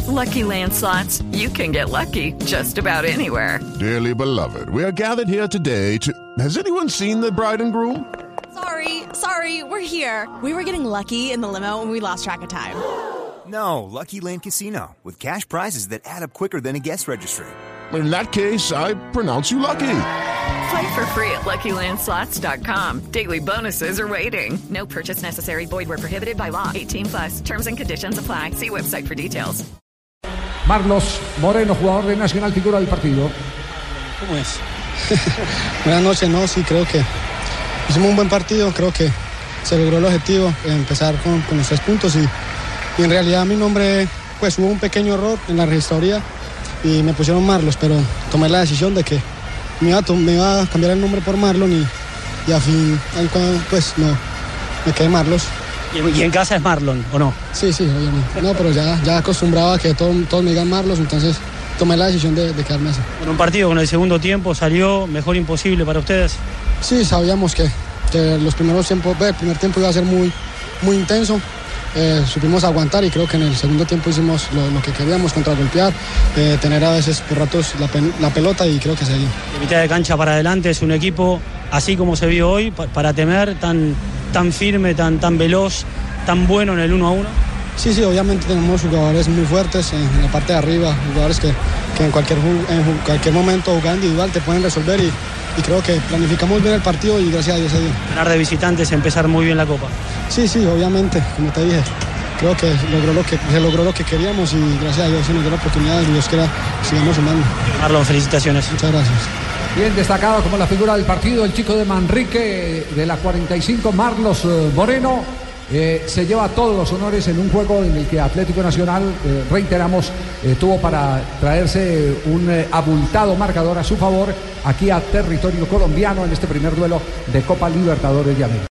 Lucky Land Slots, you can get lucky just about anywhere. Dearly beloved, we are gathered here today to... Has anyone seen the bride and groom? Sorry, we're here. We were getting lucky in the limo and we lost track of time. No, Lucky Land Casino, with cash prizes that add up quicker than a guest registry. In that case, I pronounce you lucky. Play for free at LuckyLandSlots.com. Daily bonuses are waiting. No purchase necessary. Void where prohibited by law. 18+. Terms and conditions apply. See website for details. Marlos Moreno, jugador de Nacional, figura del partido. ¿Cómo es? Buenas noches, no, sí, creo que hicimos un buen partido, creo que se logró el objetivo, empezar con los 3 puntos y en realidad mi nombre, pues hubo un pequeño error en la registraduría y me pusieron Marlos, pero tomé la decisión de que me iba a cambiar el nombre por Marlon y a fin, pues no, me quedé Marlos. ¿Y en casa es Marlon, o no? Sí, obviamente. No, pero ya acostumbrado a que todos me digan Marlos, entonces tomé la decisión de quedarme así. Bueno, un partido con el segundo tiempo salió mejor imposible para ustedes. Sí, sabíamos que los primeros tiempos, el primer tiempo iba a ser muy intenso. Supimos aguantar y creo que en el segundo tiempo hicimos lo que queríamos, contragolpear, tener a veces por ratos la pelota y creo que se dio. De mitad de cancha para adelante es un equipo así como se vio hoy, para temer, tan firme, tan veloz, tan bueno en el 1-1. Sí, obviamente tenemos jugadores muy fuertes en la parte de arriba, jugadores que en cualquier momento jugando individual te pueden resolver y creo que planificamos bien el partido y gracias a Dios se dio. Ganar de visitantes, empezar muy bien la Copa. Sí, obviamente, como te dije, creo que se logró lo que queríamos y gracias a Dios se nos dio la oportunidad y Dios quiera sigamos sumando. Marlon, felicitaciones. Muchas gracias. Bien destacado como la figura del partido, el chico de Manrique de la 45, Marlos Moreno. Se lleva todos los honores en un juego en el que Atlético Nacional, reiteramos, tuvo para traerse un abultado marcador a su favor aquí a territorio colombiano en este primer duelo de Copa Libertadores de América.